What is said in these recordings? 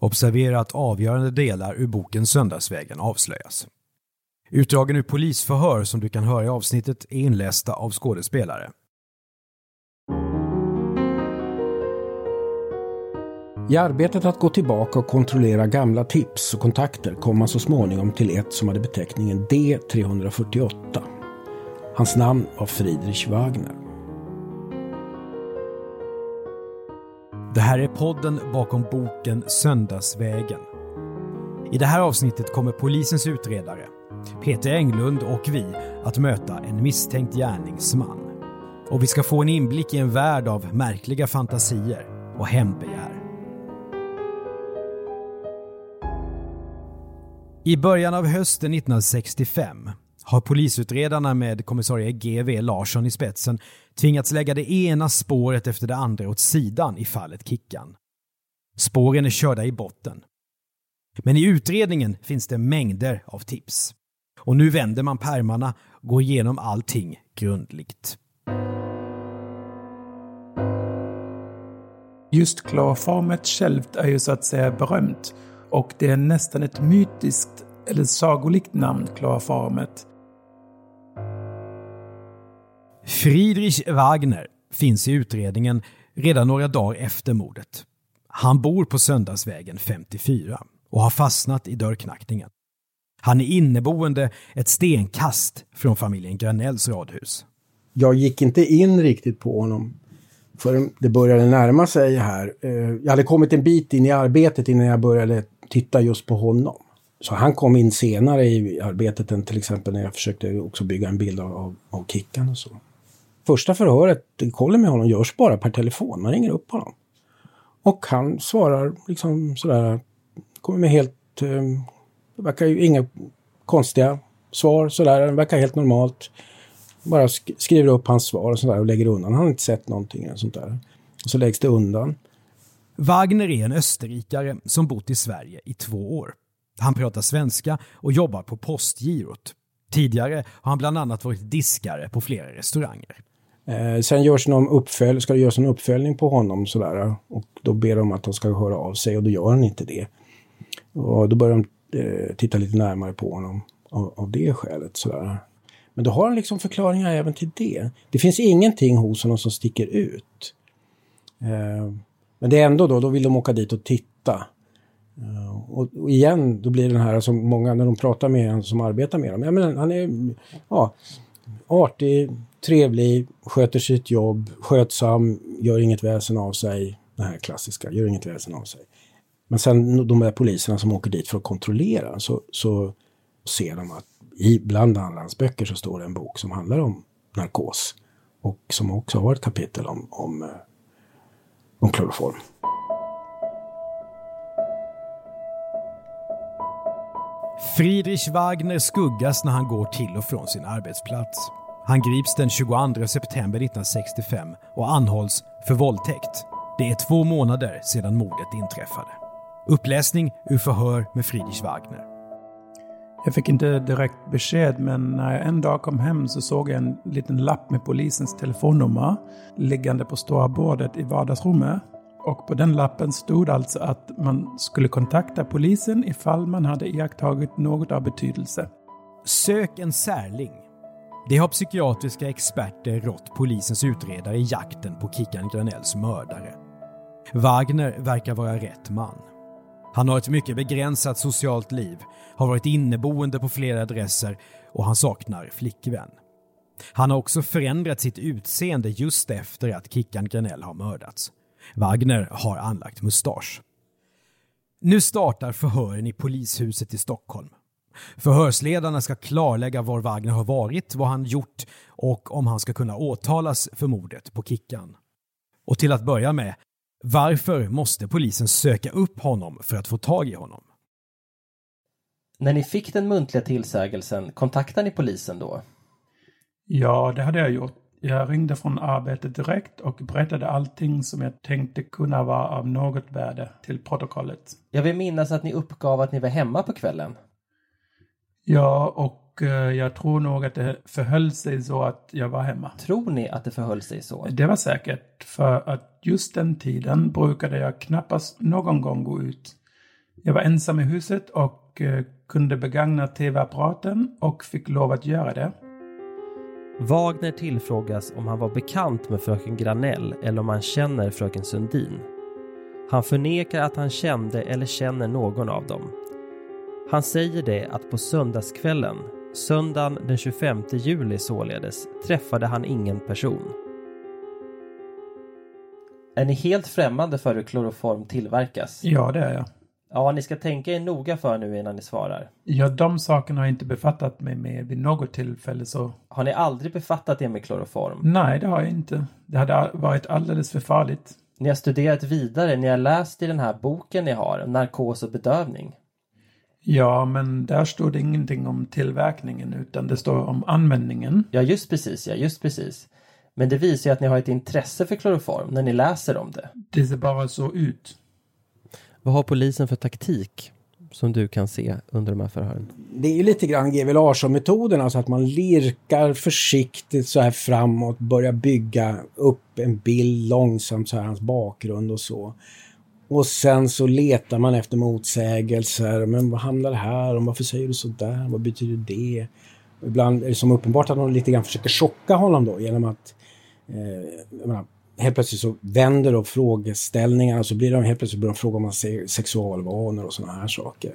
Observera att avgörande delar ur boken Söndagsvägen avslöjas. Utdragen ur polisförhör som du kan höra i avsnittet är inlästa av skådespelare. I arbetet att gå tillbaka och kontrollera gamla tips och kontakter kom man så småningom till ett som hade beteckningen D348. Hans namn var Friedrich Wagner. Det här är podden bakom boken Söndagsvägen. I det här avsnittet kommer polisens utredare, Peter Englund och vi, att möta en misstänkt gärningsman. Och vi ska få en inblick i en värld av märkliga fantasier och hämndbegär. I början av hösten 1965 har polisutredarna med kommissarie G.V. Larsson i spetsen tvingats lägga det ena spåret efter det andra åt sidan i fallet Kickan. Spåren är körda i botten. Men i utredningen finns det mängder av tips. Och nu vänder man pärmarna och går igenom allting grundligt. Just klorformet självt är ju så att säga berömt. Och det är nästan ett mytiskt eller sagolikt namn, klorformet. Friedrich Wagner finns i utredningen redan några dagar efter mordet. Han bor på Söndagsvägen 54 och har fastnat i dörrknackningen. Han är inneboende ett stenkast från familjen Granells radhus. Jag gick inte in riktigt på honom för det började närma sig här. Jag hade kommit en bit in i arbetet innan jag började titta just på honom. Så han kom in senare i arbetet än till exempel när jag försökte också bygga en bild av Kickan och så. Första förhöret, kollen med honom görs bara per telefon. Man ringer upp honom. Och han svarar liksom sådär, kommer med helt, det verkar ju inga konstiga svar sådär, det verkar helt normalt. Bara skriver upp hans svar och sådär och lägger undan. Han har inte sett någonting eller sånt där. Och så läggs det undan. Wagner är en österrikare som bott i Sverige i 2 år. Han pratar svenska och jobbar på postgirot. Tidigare har han bland annat varit diskare på flera restauranger. Sen ska det göras en uppföljning på honom sådär, och då ber de att de ska höra av sig och då gör han inte det. Och då börjar de titta lite närmare på honom av det skälet sådär. Men då har han liksom förklaringar även till det. Det finns ingenting hos honom som sticker ut. Men det är ändå då vill de åka dit och titta. Och igen, då blir den här som många när de pratar med han som arbetar med dem. Ja, men han är artig, trevlig, sköter sitt jobb, skötsam, gör inget väsen av sig. Det här klassiska, gör inget väsen av sig. Men sen de här poliserna som åker dit för att kontrollera så ser de att bland alla hans böcker så står det en bok som handlar om narkos. Och som också har ett kapitel om kloroform. Friedrich Wagner skuggas när han går till och från sin arbetsplats. Han grips den 22 september 1965 och anhålls för våldtäkt. Det är 2 månader sedan mordet inträffade. Uppläsning ur förhör med Friedrich Wagner. Jag fick inte direkt besked, men när jag en dag kom hem så såg jag en liten lapp med polisens telefonnummer liggande på stora bordet i vardagsrummet. Och på den lappen stod alltså att man skulle kontakta polisen ifall man hade iakttagit något av betydelse. Sök en särling. Det har psykiatriska experter rått polisens utredare i jakten på Kickan Granells mördare. Wagner verkar vara rätt man. Han har ett mycket begränsat socialt liv, har varit inneboende på flera adresser och han saknar flickvän. Han har också förändrat sitt utseende just efter att Kickan Granell har mördats. Wagner har anlagt mustasch. Nu startar förhören i polishuset i Stockholm. Förhörsledarna ska klarlägga var Wagner har varit, vad han gjort och om han ska kunna åtalas för mordet på Kickan. Och till att börja med, varför måste polisen söka upp honom för att få tag i honom? När ni fick den muntliga tillsägelsen, kontaktade ni polisen då? Ja, det hade jag gjort. Jag ringde från arbetet direkt och berättade allting som jag tänkte kunna vara av något värde till protokollet. Jag vill minnas att ni uppgav att ni var hemma på kvällen. Ja, och jag tror nog att det förhöll sig så att jag var hemma. Tror ni att det förhöll sig så? Det var säkert, för att just den tiden brukade jag knappast någon gång gå ut. Jag var ensam i huset och kunde begagna tv-apparaten och fick lov att göra det. Wagner tillfrågas om han var bekant med fröken Granell eller om han känner fröken Sundin. Han förnekar att han kände eller känner någon av dem. Han säger det att på söndagskvällen, söndagen den 25 juli således, träffade han ingen person. Är ni helt främmande för hur kloroform tillverkas? Ja, det är jag. Ja, ni ska tänka er noga för nu innan ni svarar. Ja, de sakerna har jag inte befattat mig med vid något tillfälle så... Har ni aldrig befattat er med kloroform? Nej, det har jag inte. Det hade varit alldeles för farligt. Ni har studerat vidare, ni har läst i den här boken ni har, Narkos och bedövning. Ja, men där står det ingenting om tillverkningen utan det står om användningen. Ja, just precis. Men det visar ju att ni har ett intresse för kloroform när ni läser om det. Det ser bara så ut. Vad har polisen för taktik som du kan se under de här förhören? Det är ju lite grann G.W. Larsson-metoden, alltså att man lirkar försiktigt så här framåt, börjar bygga upp en bild långsamt så här, hans bakgrund och så. Och sen så letar man efter motsägelser. Men vad handlar det här om? Varför säger du så där? Vad betyder det? Och ibland är det som uppenbart att de lite grann försöker chocka honom då genom att helt plötsligt så vänder då frågeställningarna, så blir de helt plötsligt börjar fråga om sexualvanor och såna här saker.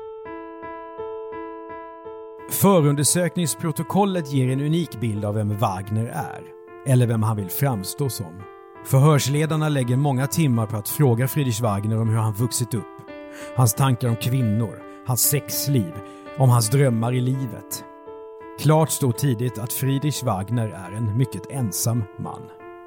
Förundersökningsprotokollet ger en unik bild av vem Wagner är, eller vem han vill framstå som. Förhörsledarna lägger många timmar på att fråga Friedrich Wagner om hur han vuxit upp, hans tankar om kvinnor, hans sexliv, om hans drömmar i livet. Klart står tidigt att Friedrich Wagner är en mycket ensam man.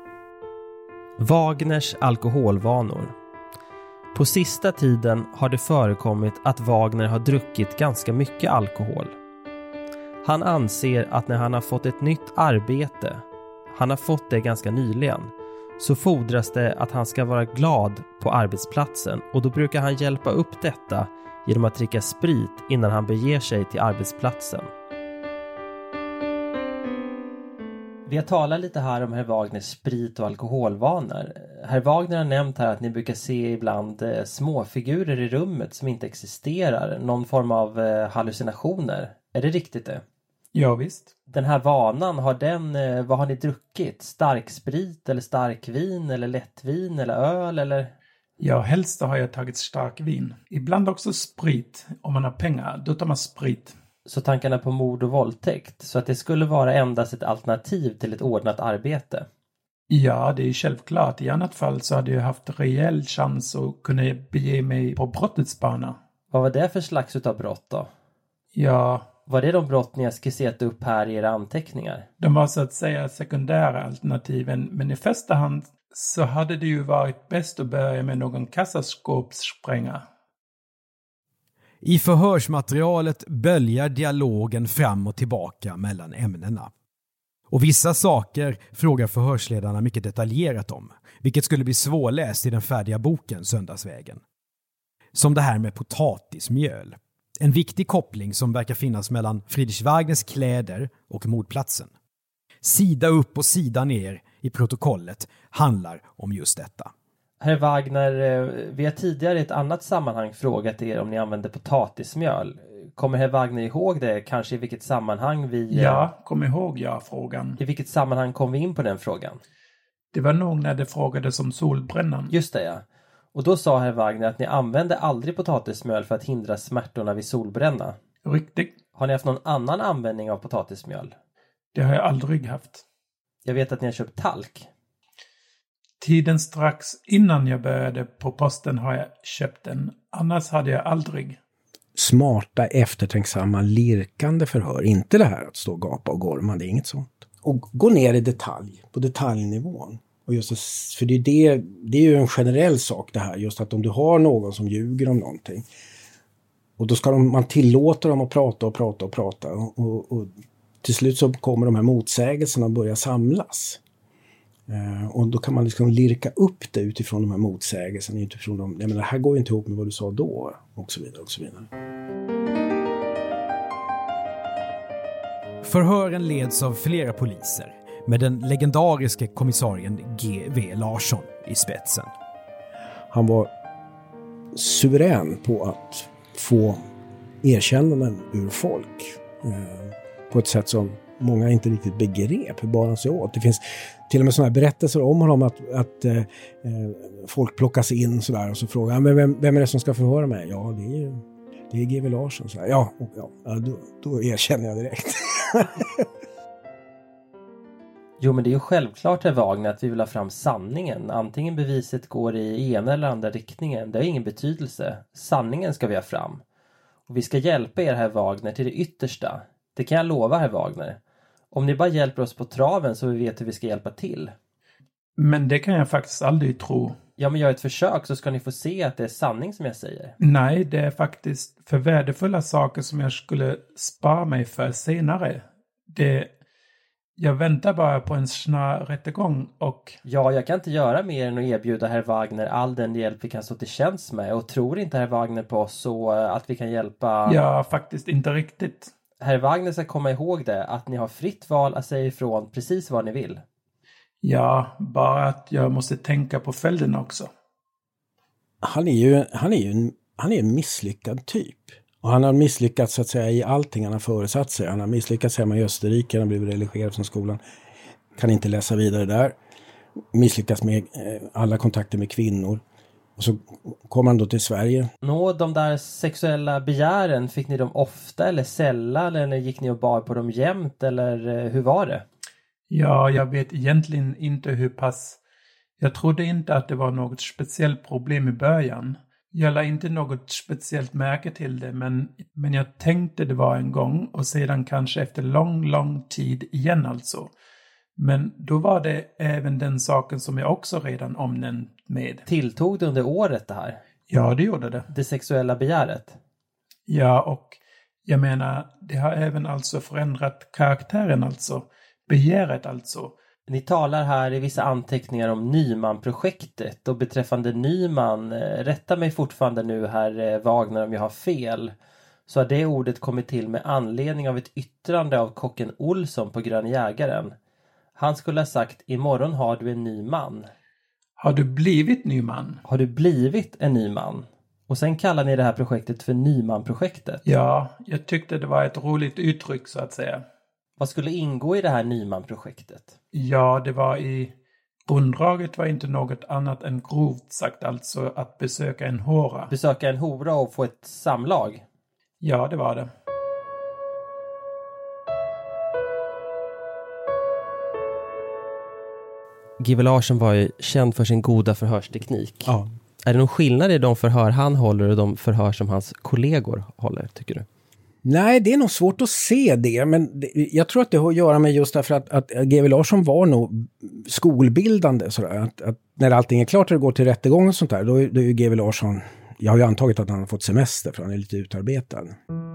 Wagners alkoholvanor. På sista tiden har det förekommit att Wagner har druckit ganska mycket alkohol. Han anser att när han har fått ett nytt arbete, han har fått det ganska nyligen, så fordras det att han ska vara glad på arbetsplatsen, och då brukar han hjälpa upp detta genom att dricka sprit innan han beger sig till arbetsplatsen. Vi har talat lite här om herr Wagners sprit- och alkoholvanor. Herr Wagner har nämnt här att ni brukar se ibland småfigurer i rummet som inte existerar. Någon form av hallucinationer. Är det riktigt det? Ja, visst. Den här vanan, vad har ni druckit? Starksprit eller starkvin eller lättvin eller öl eller? Ja, helst har jag tagit starkvin. Ibland också sprit. Om man har pengar, då tar man sprit. Så tankarna på mord och våldtäkt, så att det skulle vara endast ett alternativ till ett ordnat arbete? Ja, det är självklart. I annat fall så hade jag haft rejäl chans att kunna bege mig på brottets bana. Vad var det för slags utav brott då? Ja... Var det de brott ni har skisserat upp här i era anteckningar? De var så att säga sekundära alternativen, men i första hand så hade det ju varit bäst att börja med någon kassaskåpsspränga. I förhörsmaterialet böljar dialogen fram och tillbaka mellan ämnena. Och vissa saker frågar förhörsledarna mycket detaljerat om, vilket skulle bli svårläst i den färdiga boken Söndagsvägen. Som det här med potatismjöl. En viktig koppling som verkar finnas mellan Friedrich Wagners kläder och mordplatsen. Sida upp och sida ner i protokollet handlar om just detta. Herr Wagner, vi har tidigare i ett annat sammanhang frågat er om ni använder potatismjöl. Kommer herr Wagner ihåg det? Kanske i vilket sammanhang vi... Ja, kom ihåg frågan. I vilket sammanhang kom vi in på den frågan? Det var nog när det frågades om solbrännan. Just det, ja. Och då sa herr Wagner att ni använde aldrig potatismjöl för att hindra smärtorna vid solbränna. Riktigt. Har ni haft någon annan användning av potatismjöl? Det har jag aldrig haft. Jag vet att ni har köpt talk. Tiden strax innan jag började på posten har jag köpt den. Annars hade jag aldrig. Smarta, eftertänksamma, lirkande förhör. Inte det här att stå och gapa och gorma, det är inget sånt. Och gå ner i detalj, på detaljnivån. Och just för det är ju en generell sak det här. Just att om du har någon som ljuger om någonting. Och då ska man tillåta dem att prata. Och till slut så kommer de här motsägelserna att börja samlas. Och då kan man liksom lirka upp det utifrån de här motsägelserna. Utifrån de, jag menar, det här går ju inte ihop med vad du sa då. Och så vidare och så vidare. Förhören leds av flera poliser, med den legendariske kommissarien G.W. Larsson i spetsen. Han var suverän på att få erkännanden ur folk på ett sätt som många inte riktigt begrep hur bar han sig åt. Det finns till och med sådana här berättelser om honom att folk plockas in sådär och så frågar men vem är det som ska förhöra mig? Ja, det är G.W. Larsson. Så här, ja, då erkänner jag direkt. Jo, men det är ju självklart, herr Wagner, att vi vill ha fram sanningen. Antingen beviset går i ena eller andra riktningen, det har ingen betydelse. Sanningen ska vi ha fram. Och vi ska hjälpa er, herr Wagner, till det yttersta. Det kan jag lova, herr Wagner. Om ni bara hjälper oss på traven så vi vet hur vi ska hjälpa till. Men det kan jag faktiskt aldrig tro. Ja, men gör ett försök så ska ni få se att det är sanning som jag säger. Nej, det är faktiskt för värdefulla saker som jag skulle spara mig för senare. Jag väntar bara på en snar rättegång och... Ja, jag kan inte göra mer än att erbjuda herr Wagner all den hjälp vi kan stå till tjänst med. Och tror inte herr Wagner på oss så att vi kan hjälpa... Ja, faktiskt inte riktigt. Herr Wagner ska komma ihåg det, att ni har fritt val att säga ifrån precis vad ni vill. Ja, bara att jag måste tänka på följderna också. Han är en misslyckad typ. Och han har misslyckats så att säga i allting han har föresatt sig. Han har misslyckats hemma i Österrike, han har blivit relegerad från skolan. Kan inte läsa vidare där. Misslyckats med alla kontakter med kvinnor. Och så kom han då till Sverige. De där sexuella begären, fick ni dem ofta eller sällan? Eller gick ni och bar på dem jämt? Eller hur var det? Ja, jag vet egentligen inte hur pass... Jag trodde inte att det var något speciellt problem i början. Jag lade inte något speciellt märke till det, men jag tänkte det var en gång och sedan kanske efter lång tid igen alltså. Men då var det även den saken som jag också redan omnämnt med. Tilltog det under året det här? Ja, det gjorde det. Det sexuella begäret? Ja, och jag menar, det har även alltså förändrat karaktären alltså. Begäret alltså. Ni talar här i vissa anteckningar om Nyman-projektet och beträffande Nyman, rätta mig fortfarande nu herr Wagner om jag har fel, så har det ordet kommit till med anledning av ett yttrande av kocken Olsson på Grön Jägaren. Han skulle ha sagt, imorgon har du en ny man. Har du blivit ny man? Har du blivit en ny man? Och sen kallar ni det här projektet för Nyman-projektet. Ja, jag tyckte det var ett roligt uttryck så att säga. Vad skulle ingå i det här Nyman-projektet? Ja, det var i... Grunddraget var inte något annat än grovt sagt, alltså att besöka en hora. Besöka en hora och få ett samlag? Ja, det var det. G.W. Larsson var ju känd för sin goda förhörsteknik. Ja. Är det någon skillnad i de förhör han håller och de förhör som hans kollegor håller, tycker du? Nej, det är nog svårt att se det, men jag tror att det har att göra med just därför att G.W. Larsson var nog skolbildande. Sådär, att när allting är klart och det går till rättegång och sånt där, då är ju G.W. Larsson, jag har ju antagit att han har fått semester för han är lite utarbetad.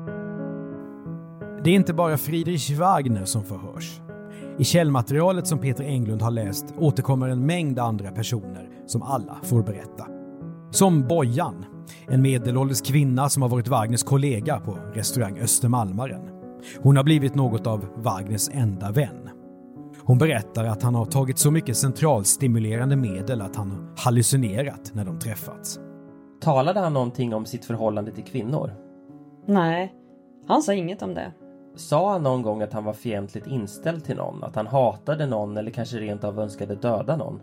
Det är inte bara Friedrich Wagner som förhörs. I källmaterialet som Peter Englund har läst återkommer en mängd andra personer som alla får berätta. Som Bojan, en medelålders kvinna som har varit Wagners kollega på restaurang Östermalmaren. Hon har blivit något av Wagners enda vän. Hon berättar att han har tagit så mycket centralstimulerande medel att han har hallucinerat när de träffats. Talade han någonting om sitt förhållande till kvinnor? Nej, han sa inget om det. Sa han någon gång att han var fientligt inställd till någon? Att han hatade någon eller kanske rent av önskade döda någon?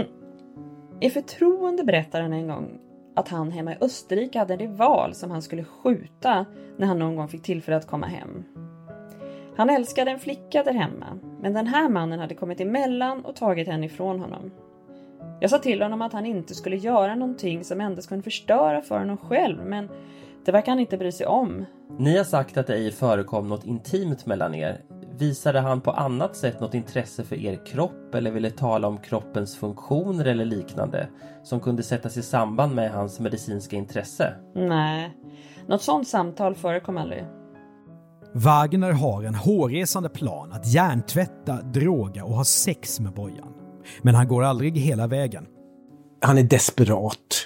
I förtroende berättade han en gång att han hemma i Österrike hade en rival som han skulle skjuta när han någon gång fick tillfälle att komma hem. Han älskade en flicka där hemma, men den här mannen hade kommit emellan och tagit henne ifrån honom. Jag sa till honom att han inte skulle göra någonting som endast kunde förstöra för honom själv, men det verkar han inte bry sig om. Ni har sagt att det ej förekom något intimt mellan er. Visade han på annat sätt något intresse för er kropp eller ville tala om kroppens funktioner eller liknande som kunde sättas i samband med hans medicinska intresse? Nej, något sånt samtal förekom aldrig. Wagner har en hårresande plan att hjärntvätta, droga och ha sex med Bojan. Men han går aldrig hela vägen. Han är desperat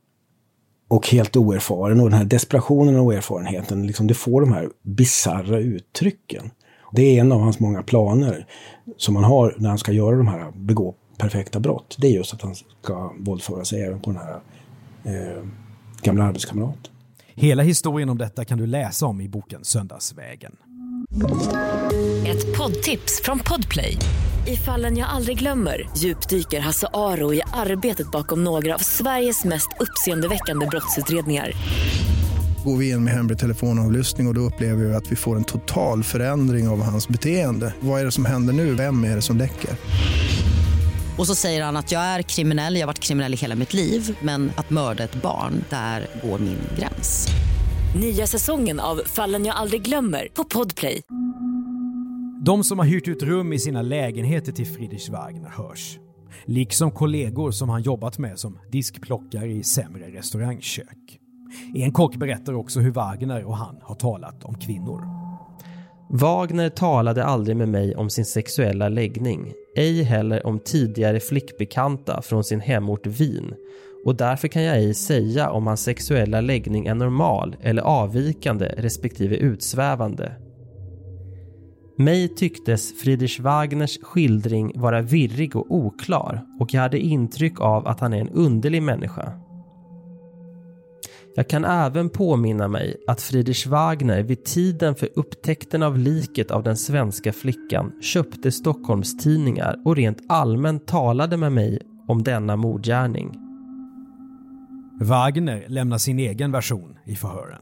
och helt oerfaren, och den här desperationen och oerfarenheten, liksom, det får de här bizarra uttrycken. Det är en av hans många planer som han har när han ska göra de här, begå perfekta brott. Det är just att han ska våldföra sig även på den här gamla arbetskamrat. Hela historien om detta kan du läsa om i boken Söndagsvägen. Ett poddtips från Podplay. I Fallen jag aldrig glömmer djupdyker Hasse Aro i arbetet bakom några av Sveriges mest uppseendeväckande brottsutredningar. Går vi in med hemlig telefonavlyssning och då upplever vi att vi får en total förändring av hans beteende. Vad är det som händer nu? Vem är det som läcker? Och så säger han att jag är kriminell, jag har varit kriminell i hela mitt liv. Men att mörda ett barn, där går min gräns. Nya säsongen av Fallen jag aldrig glömmer på Podplay. De som har hyrt ut rum i sina lägenheter till Friedrich Wagner hörs. Liksom kollegor som han jobbat med som diskplockare i sämre restaurangkök. En kock berättar också hur Wagner och han har talat om kvinnor. Wagner talade aldrig med mig om sin sexuella läggning, ej heller om tidigare flickbekanta från sin hemort Wien, och därför kan jag ej säga om hans sexuella läggning är normal eller avvikande respektive utsvävande. Mig tycktes Friedrich Wagners skildring vara virrig och oklar, och jag hade intryck av att han är en underlig människa. Jag kan även påminna mig att Friedrich Wagner vid tiden för upptäckten av liket av den svenska flickan köpte Stockholmstidningar och rent allmänt talade med mig om denna mordgärning. Wagner lämnar sin egen version i förhören.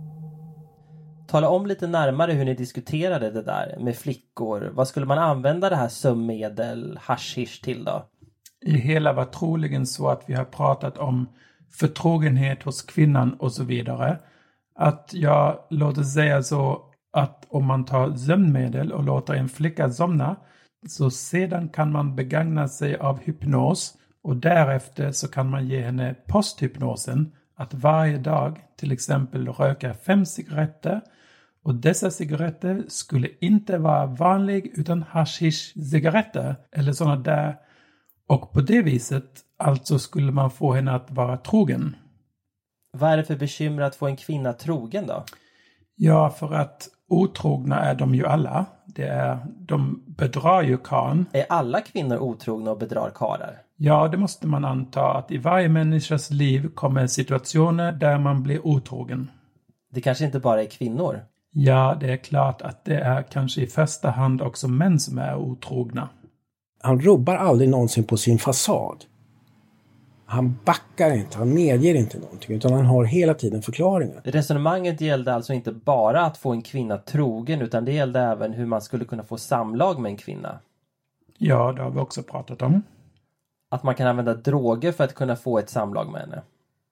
Tala om lite närmare hur ni diskuterade det där med flickor. Vad skulle man använda det här sömnmedel, hashish till då? I hela var troligen så att vi har pratat om förtrogenhet hos kvinnan och så vidare. Att jag låter säga så att om man tar sömnmedel och låter en flicka somna, så sedan kan man begagna sig av hypnos, och därefter så kan man ge henne posthypnosen att varje dag till exempel röka 5 cigaretter, och dessa cigaretter skulle inte vara vanlig utan hashish-cigaretter eller sådana där, och på det viset alltså skulle man få henne att vara trogen. Vad är det för bekymmer att få en kvinna trogen då? Ja, för att otrogna är de ju alla. De bedrar ju karn. Är alla kvinnor otrogna och bedrar karar? Ja, det måste man anta, att i varje människas liv kommer situationer där man blir otrogen. Det kanske inte bara är kvinnor? Ja, det är klart att det är kanske i första hand också män som är otrogna. Han rubbar aldrig någonsin på sin fasad. Han backar inte, han medger inte någonting, utan han har hela tiden förklaringar. Resonemanget gällde alltså inte bara att få en kvinna trogen, utan det gällde även hur man skulle kunna få samlag med en kvinna. Ja, det har vi också pratat om. Att man kan använda droger för att kunna få ett samlag med henne.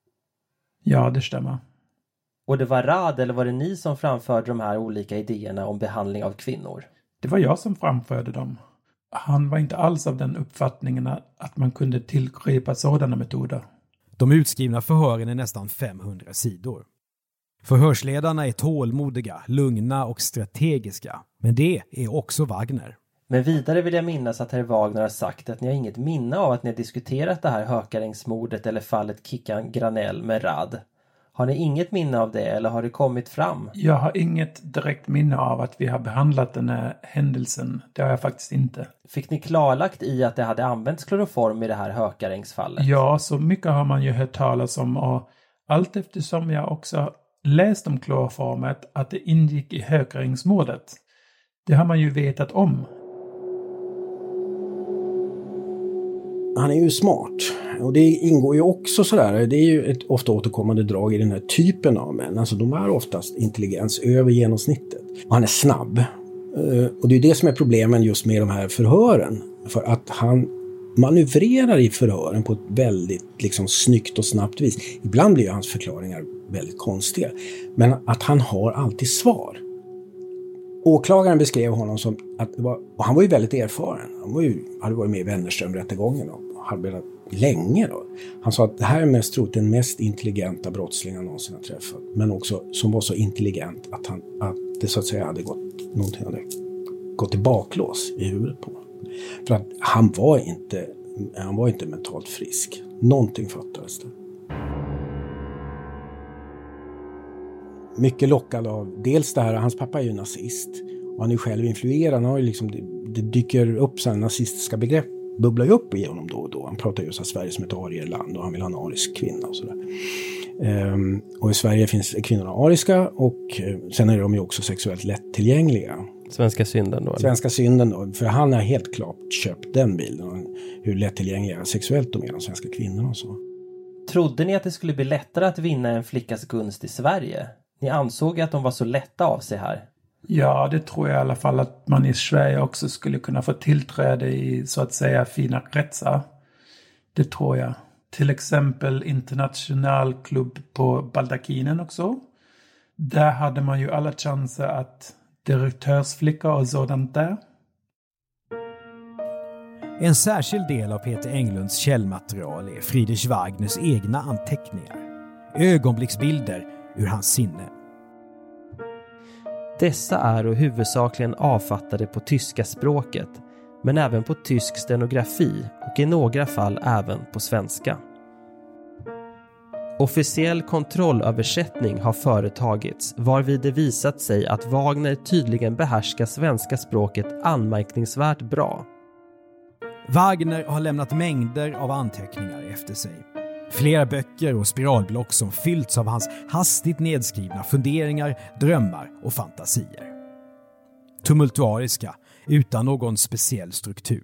Ja, det stämmer. Och det var Rad, eller var det ni som framförde de här olika idéerna om behandling av kvinnor? Det var jag som framförde dem. Han var inte alls av den uppfattningen att man kunde tillgripa sådana metoder. De utskrivna förhören är nästan 500 sidor. Förhörsledarna är tålmodiga, lugna och strategiska. Men det är också Wagner. Men vidare vill jag minnas att herr Wagner har sagt att ni har inget minne av att ni har diskuterat det här Hökarängsmordet eller fallet Kickan Granell med Rad. Har ni inget minne av det, eller har det kommit fram? Jag har inget direkt minne av att vi har behandlat den här händelsen. Det har jag faktiskt inte. Fick ni klarlagt i att det hade använts kloroform i det här Hökarängsfallet? Ja, så mycket har man ju hört talas om, och allt eftersom jag också läst om kloroformet att det ingick i Hökarängsmordet. Det har man ju vetat om. Han är ju smart, och det ingår ju också sådär, det är ju ett ofta återkommande drag i den här typen av män. Alltså de är oftast intelligens över genomsnittet. Och han är snabb. Och det är det som är problemen just med de här förhören. För att han manövrerar i förhören på ett väldigt liksom snyggt och snabbt vis. Ibland blir ju hans förklaringar väldigt konstiga. Men att han har alltid svar. Åklagaren beskrev honom som att det var, och han var ju väldigt erfaren. Han hade varit med i Wennerström-rättegången och arbetat länge då. Han sa att det här är mest troligt den mest intelligenta brottslingen han någonsin har träffat. Men också som var så intelligent att det så att säga någonting hade gått i baklås i huvudet på. För att han var inte mentalt frisk. Någonting fattades det. Mycket lockad av dels det här, hans pappa är ju nazist och han är själv influerad, han har ju liksom, det dyker upp sådana nazistiska begrepp bubblar ju upp i honom då och då. Han pratar just om Sverige som ett arierland och han vill ha en arisk kvinna och sådär. Och i Sverige finns kvinnorna ariska och sen är de ju också sexuellt lättillgängliga. Svenska synden då? Eller? Svenska synden då, för han har helt klart köpt den bilden. Hur lättillgängliga sexuellt de är, de svenska kvinnorna och så. Trodde ni att det skulle bli lättare att vinna en flickas gunst i Sverige? Ni ansåg att de var så lätta av sig här. Ja, det tror jag i alla fall att man i Sverige också skulle kunna få tillträde i så att säga fina kretsar. Det tror jag. Till exempel internationell klubb på Baldakinen också. Där hade man ju alla chanser att direktörsflickor och sådant där. En särskild del av Peter Englunds källmaterial är Friedrich Wagners egna anteckningar. Ögonblicksbilder ur hans sinne. Dessa är och huvudsakligen avfattade på tyska språket, men även på tysk stenografi och i några fall även på svenska. Officiell kontrollöversättning har företagits varvid det visat sig att Wagner tydligen behärskar svenska språket anmärkningsvärt bra. Wagner har lämnat mängder av anteckningar efter sig. Flera böcker och spiralblock som fyllts av hans hastigt nedskrivna funderingar, drömmar och fantasier. Tumultuariska, utan någon speciell struktur.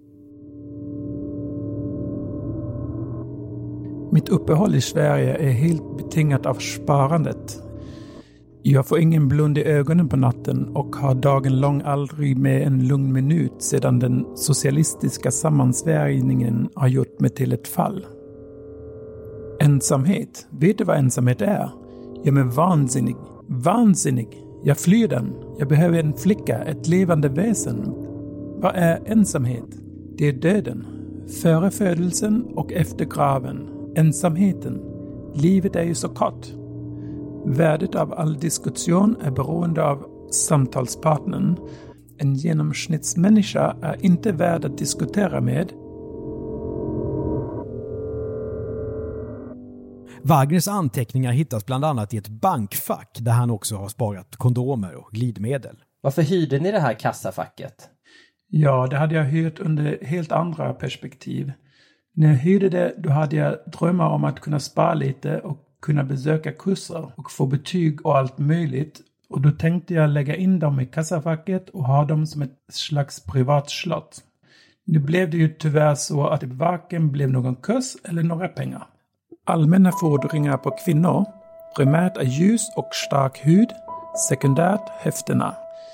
Mitt uppehåll i Sverige är helt betingat av sparandet. Jag får ingen blund i ögonen på natten och har dagen lång aldrig med en lugn minut sedan den socialistiska sammansvärjningen har gjort mig till ett fall. Ensamhet. Vet du vad ensamhet är? Jag är vansinnig. Vansinnig. Jag flyr den. Jag behöver en flicka, ett levande väsen. Vad är ensamhet? Det är döden. Före födelsen och efter graven. Ensamheten. Livet är ju så kort. Värdet av all diskussion är beroende av samtalspartnern. En genomsnittsmänniska är inte värd att diskutera med. Wagners anteckningar hittas bland annat i ett bankfack där han också har sparat kondomer och glidmedel. Varför hyrde ni det här kassafacket? Ja, det hade jag hyrt under helt andra perspektiv. När jag hyrde det, då hade jag drömmar om att kunna spara lite och kunna besöka kurser och få betyg och allt möjligt. Och då tänkte jag lägga in dem i kassafacket och ha dem som ett slags privat slott. Nu blev det ju tyvärr så att det varken blev någon kurs eller några pengar. Allmänna fordringar på kvinnor, primärt är ljus och stark hud, sekundärt höfterna,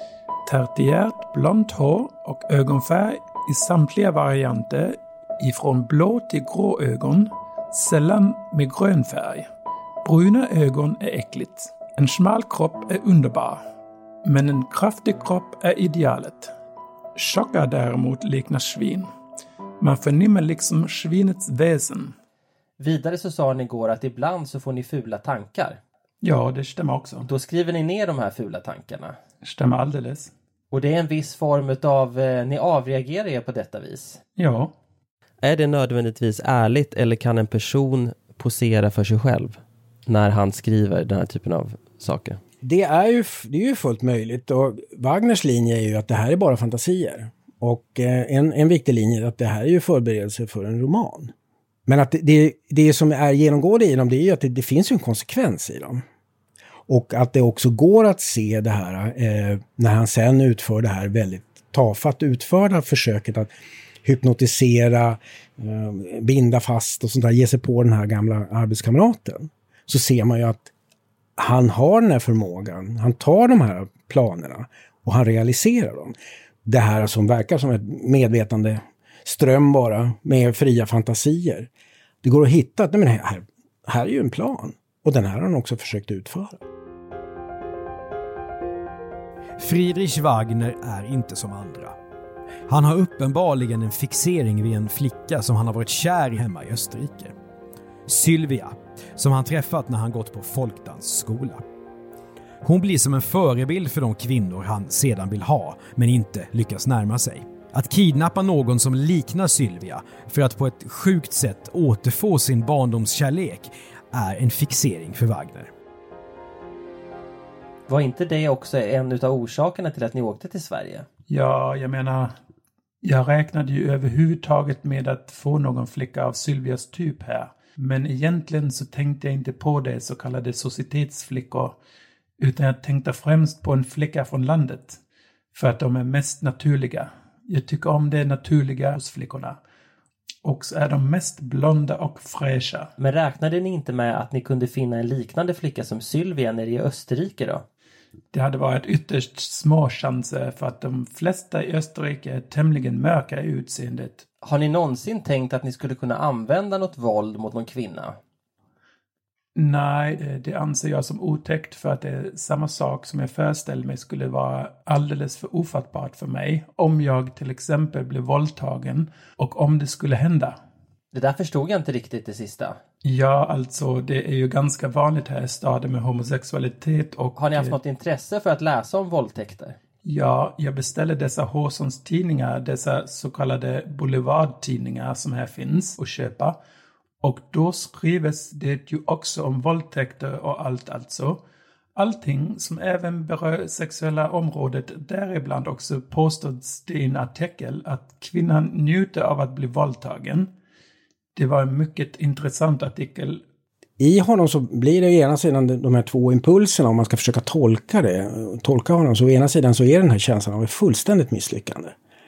tertiärt blont hår och ögonfärg i samtliga varianter ifrån blå till grå ögon, sällan med grön färg. Bruna ögon är äckligt. En smal kropp är underbar, men en kraftig kropp är idealet. Tjocka däremot liknar svin. Man förnimmer liksom svinets väsen. Vidare så sa ni igår att ibland så får ni fula tankar. Ja, det stämmer också. Då skriver ni ner de här fula tankarna. Stämmer alldeles. Och det är en viss form av, ni avreagerar er på detta vis. Ja. Är det nödvändigtvis ärligt eller kan en person posera för sig själv när han skriver den här typen av saker? Det är ju fullt möjligt och Wagners linje är ju att det här är bara fantasier. Och en viktig linje är att det här är ju förberedelse för en roman. Men att det som är genomgående i dem, det är ju att det finns ju en konsekvens i dem. Och att det också går att se det här när han sen utför det här väldigt tafatt utförda försöket att hypnotisera, binda fast och sånt där, ge sig på den här gamla arbetskamraten. Så ser man ju att han har den här förmågan, han tar de här planerna och han realiserar dem. Det här som verkar som ett medvetande ström bara med fria fantasier. Det går att hitta att här är ju en plan och den här har han också försökt utföra. Friedrich Wagner är inte som andra. Han har uppenbarligen en fixering vid en flicka som han har varit kär i hemma i Österrike. Sylvia, som han träffat när han gått på folkdansskola. Hon blir som en förebild för de kvinnor han sedan vill ha men inte lyckas närma sig. Att kidnappa någon som liknar Sylvia för att på ett sjukt sätt återfå sin barndomskärlek är en fixering för Wagner. Var inte det också en av orsakerna till att ni åkte till Sverige? Ja, jag menar, Jag räknade ju överhuvudtaget med att få någon flicka av Sylvias typ här. Men egentligen så tänkte jag inte på det så kallade societetsflickor. Utan jag tänkte främst på en flicka från landet. För att de är mest naturliga. Jag tycker om det naturliga hos flickorna. Och så är de mest blonda och fräscha. Men räknade ni inte med att ni kunde finna en liknande flicka som Sylvia nere i Österrike då? Det hade varit ytterst små chanser för att de flesta i Österrike är tämligen mörka i utseendet. Har ni någonsin tänkt att ni skulle kunna använda något våld mot någon kvinna? Nej, det anser jag som otäckt för att det är samma sak som jag föreställer mig skulle vara alldeles för ofattbart för mig om jag till exempel blev våldtagen och om det skulle hända. Det där förstod jag inte riktigt det sista. Ja, alltså det är ju ganska vanligt här i staden med homosexualitet och... Har ni haft något intresse för att läsa om våldtäkter? Ja, jag beställde dessa Hårsons tidningar, dessa så kallade boulevardtidningar som här finns att köpa. Och då skrivs det ju också om våldtäkter och allt alltså. Allting som även berör sexuella området, däribland också påstås det i en artikel att kvinnan njuter av att bli våldtagen. Det var en mycket intressant artikel. I honom så blir det ena sidan de här två impulserna, om man ska försöka tolka honom, så å ena sidan så är den här känslan av ett fullständigt misslyckande.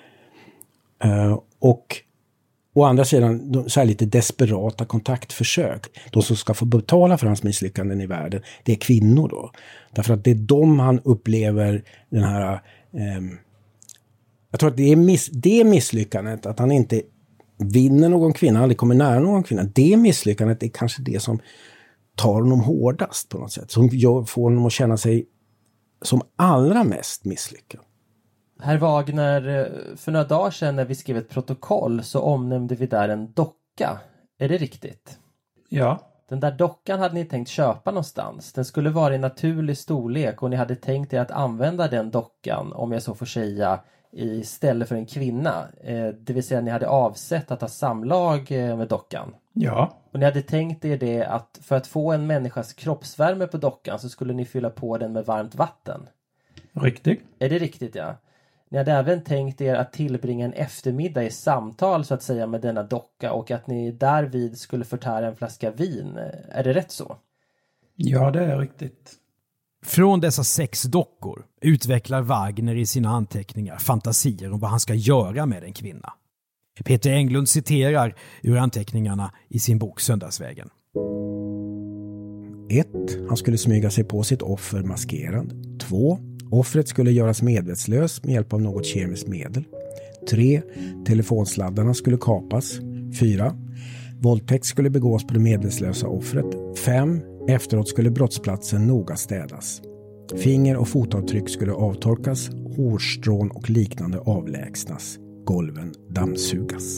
Och å andra sidan så här lite desperata kontaktförsök. De som ska få betala för hans misslyckanden i världen, det är kvinnor då. Därför att det är de han upplever den här... jag tror att det misslyckandet, att han inte vinner någon kvinna, aldrig kommer nära någon kvinna. Det misslyckandet är kanske det som tar honom hårdast på något sätt. Som får honom att känna sig som allra mest misslyckad. Herr Wagner, för några dagar sedan när vi skrev ett protokoll så omnämnde vi där en docka. Är det riktigt? Ja. Den där dockan hade ni tänkt köpa någonstans. Den skulle vara i naturlig storlek och ni hade tänkt er att använda den dockan, om jag så får säga, istället för en kvinna. Det vill säga ni hade avsett att ha samlag med dockan. Ja. Och ni hade tänkt er det att för att få en människas kroppsvärme på dockan så skulle ni fylla på den med varmt vatten. Riktigt. Är det riktigt, ja? Ni hade även tänkt er att tillbringa en eftermiddag i samtal så att säga med denna docka och att ni därvid skulle förtära en flaska vin. Är det rätt så? Ja, det är riktigt. Från dessa 6 dockor utvecklar Wagner i sina anteckningar fantasier om vad han ska göra med en kvinna. Peter Englund citerar ur anteckningarna i sin bok Söndagsvägen. 1. Han skulle smyga sig på sitt offer maskerad. 2. Offret skulle göras medvetslös med hjälp av något kemiskt medel. 3. Telefonsladdarna skulle kapas. 4. Våldtäkt skulle begås på det medvetslösa offret. 5. Efteråt skulle brottsplatsen noga städas. Finger- och fotavtryck skulle avtorkas, hårstrån och liknande avlägsnas. Golven dammsugas.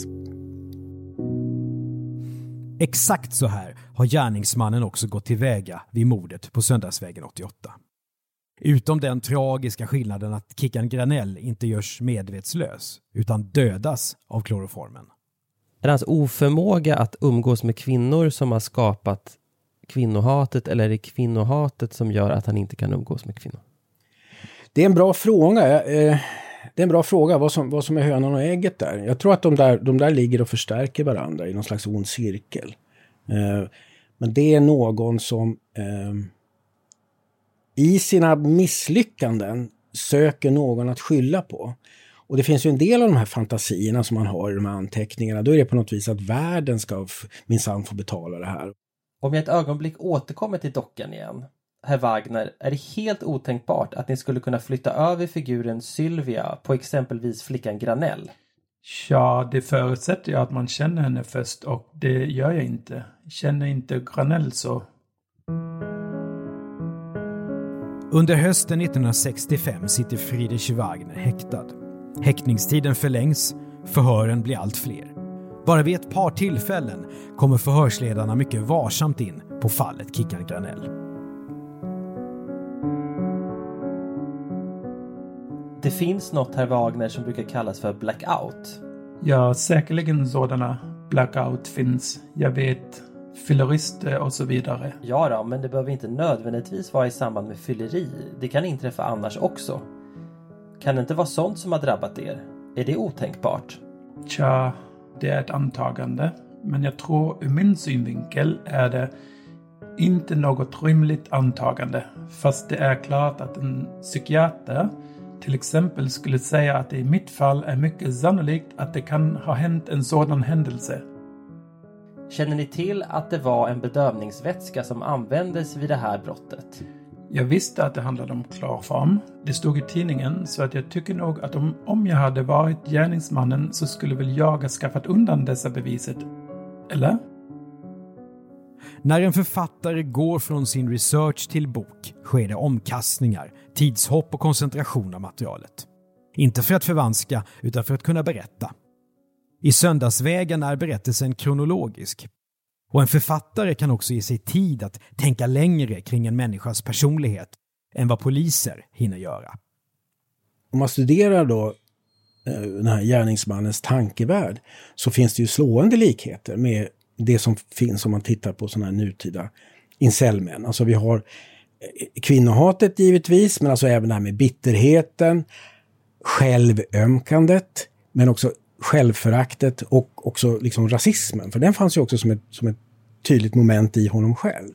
Exakt så här har gärningsmannen också gått tillväga vid mordet på Söndagsvägen 88. Utom den tragiska skillnaden att Kickan Granell inte görs medvetslös utan dödas av kloroformen. Är hans oförmåga att umgås med kvinnor som har skapat kvinnohatet, eller är det kvinnohatet som gör att han inte kan umgås med kvinnor? Det är en bra fråga. Det är en bra fråga vad som är hönan och ägget där. Jag tror att de där ligger och förstärker varandra i någon slags ond cirkel. Men det är någon som i sina misslyckanden söker någon att skylla på. Och det finns ju en del av de här fantasierna som man har i de här anteckningarna. Då är det på något vis att världen ska minsann få betala det här. Om jag ett ögonblick återkommer till dockan igen, herr Wagner, är det helt otänkbart att ni skulle kunna flytta över figuren Sylvia på exempelvis flickan Granell? Ja, det förutsätter jag att man känner henne först och det gör jag inte. Jag känner inte Granell så. Under hösten 1965 sitter Friedrich Wagner häktad. Häktningstiden förlängs, förhören blir allt fler. Bara vid ett par tillfällen kommer förhörsledarna mycket varsamt in på fallet Kickan Granell. Det finns något, herr Wagner, som brukar kallas för blackout. Ja, säkerligen sådana blackout finns. Jag vet, fyllerister och så vidare. Ja då, men det behöver inte nödvändigtvis vara i samband med fylleri. Det kan inträffa annars också. Kan det inte vara sånt som har drabbat er? Är det otänkbart? Tja, det är ett antagande. Men jag tror ur min synvinkel är det inte något rimligt antagande. Fast det är klart att en psykiater till exempel skulle säga att det i mitt fall är mycket sannolikt att det kan ha hänt en sådan händelse. Känner ni till att det var en bedövningsvätska som användes vid det här brottet? Jag visste att det handlade om klorform. Det stod i tidningen, så att jag tycker nog att om jag hade varit gärningsmannen så skulle väl jag ha skaffat undan dessa beviset. Eller? När en författare går från sin research till bok sker det omkastningar, tidshopp och koncentration av materialet. Inte för att förvanska utan för att kunna berätta. I Söndagsvägen är berättelsen kronologisk. Och en författare kan också ge sig tid att tänka längre kring en människas personlighet än vad poliser hinner göra. Om man studerar då den här gärningsmannens tankevärld så finns det ju slående likheter med det som finns om man tittar på sådana här nutida incelmän. Alltså vi har kvinnohatet givetvis, men alltså även det här med bitterheten, självömkandet, men också självföraktet och också liksom rasismen. För den fanns ju också som ett tydligt moment i honom själv.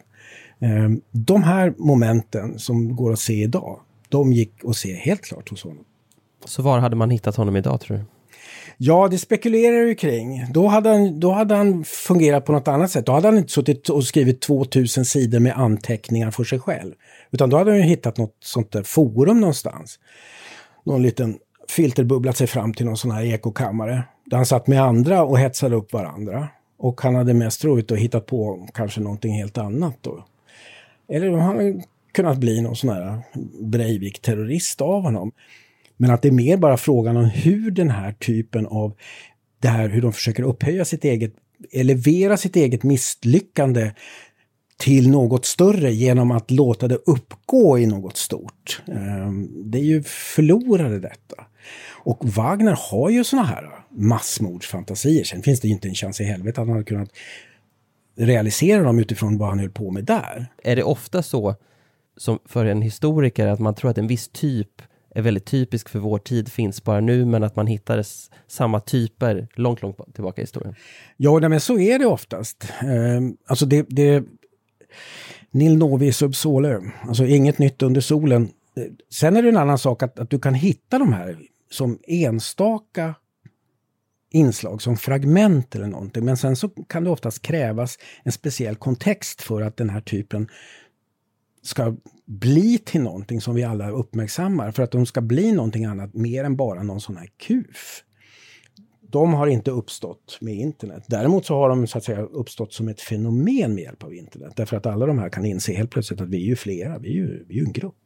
De här momenten som går att se idag, de gick att se helt klart hos honom. Så var hade man hittat honom idag, tror du? Ja, det spekulerar ju kring. Då hade han fungerat på något annat sätt. Då hade han inte suttit och skrivit 2000 sidor med anteckningar för sig själv. Utan då hade han ju hittat något sånt där forum någonstans. Någon liten filterbubblat sig fram till någon sån här ekokammare. Där han satt med andra och hetsade upp varandra. Och han hade mest troligt att hittat på kanske någonting helt annat då. Eller han hade kunnat bli någon sån här Breivik-terrorist av honom. Men att det är mer bara frågan om hur den här typen av det här, hur de försöker upphöja sitt eget, elevera sitt eget misslyckande till något större genom att låta det uppgå i något stort. Det är ju förlorade detta. Och Wagner har ju såna här massmordsfantasier. Sen finns det inte en chans i helvete att han hade kunnat realisera dem utifrån vad han höll på med där. Är det ofta så som för en historiker att man tror att en viss typ är väldigt typisk för vår tid, finns bara nu, men att man hittar samma typer långt tillbaka i historien? Ja, men så är det oftast. Alltså det nil novi sub sole, alltså inget nytt under solen. Sen är det en annan sak att du kan hitta de här som enstaka inslag, som fragment eller någonting. Men sen så kan det oftast krävas en speciell kontext för att den här typen ska bli till någonting som vi alla uppmärksammar. För att de ska bli någonting annat mer än bara någon sån här kuf. De har inte uppstått med internet. Däremot så har de så att säga uppstått som ett fenomen med hjälp av internet. Därför att alla de här kan inse helt plötsligt att vi är ju flera, vi är ju en grupp.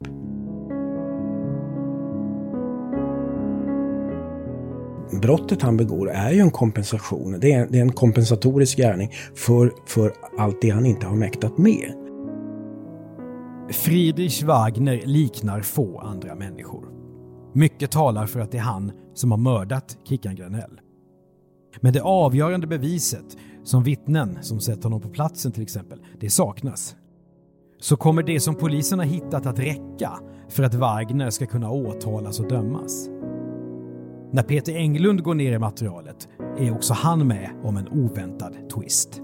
Brottet han begår är ju en kompensation. Det är en kompensatorisk gärning för allt det han inte har mäktat med. Friedrich Wagner liknar få andra människor. Mycket talar för att det är han som har mördat Kickan Granell. Men det avgörande beviset, som vittnen som sett honom på platsen till exempel, det saknas. Så kommer det som polisen har hittat att räcka för att Wagner ska kunna åtalas och dömas. När Peter Englund går ner i materialet är också han med om en oväntad twist.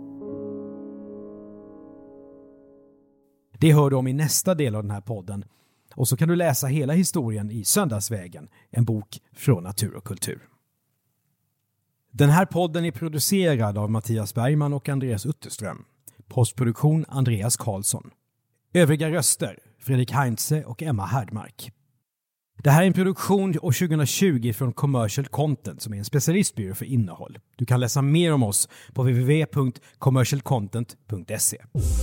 Det hör du om i nästa del av den här podden. Och så kan du läsa hela historien i Söndagsvägen, en bok från Natur och kultur. Den här podden är producerad av Mattias Bergman och Andreas Utterström. Postproduktion Andreas Karlsson. Övriga röster Fredrik Heinze och Emma Härdmark. Det här är en produktion år 2020 från Commercial Content som är en specialistbyrå för innehåll. Du kan läsa mer om oss på www.commercialcontent.se.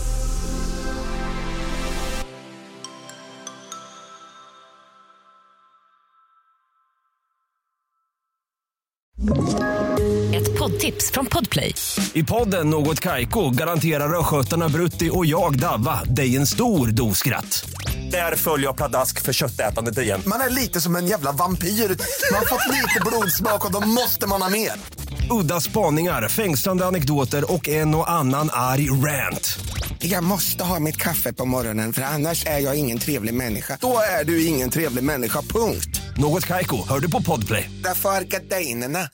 Ett poddtips från Podplay. I podden Något Kaiko garanterar röskötarna Brutti och jag Davva dig en stor doskratt. Där följer jag pladask för köttätandet igen. Man är lite som en jävla vampyr. Man har fått lite blodsmak och då måste man ha mer. Udda spaningar, fängslande anekdoter och en och annan arg rant. Jag måste ha mitt kaffe på morgonen för annars är jag ingen trevlig människa. Då är du ingen trevlig människa, punkt. Något Kaiko, hör du på Podplay. Därför är gardinerna.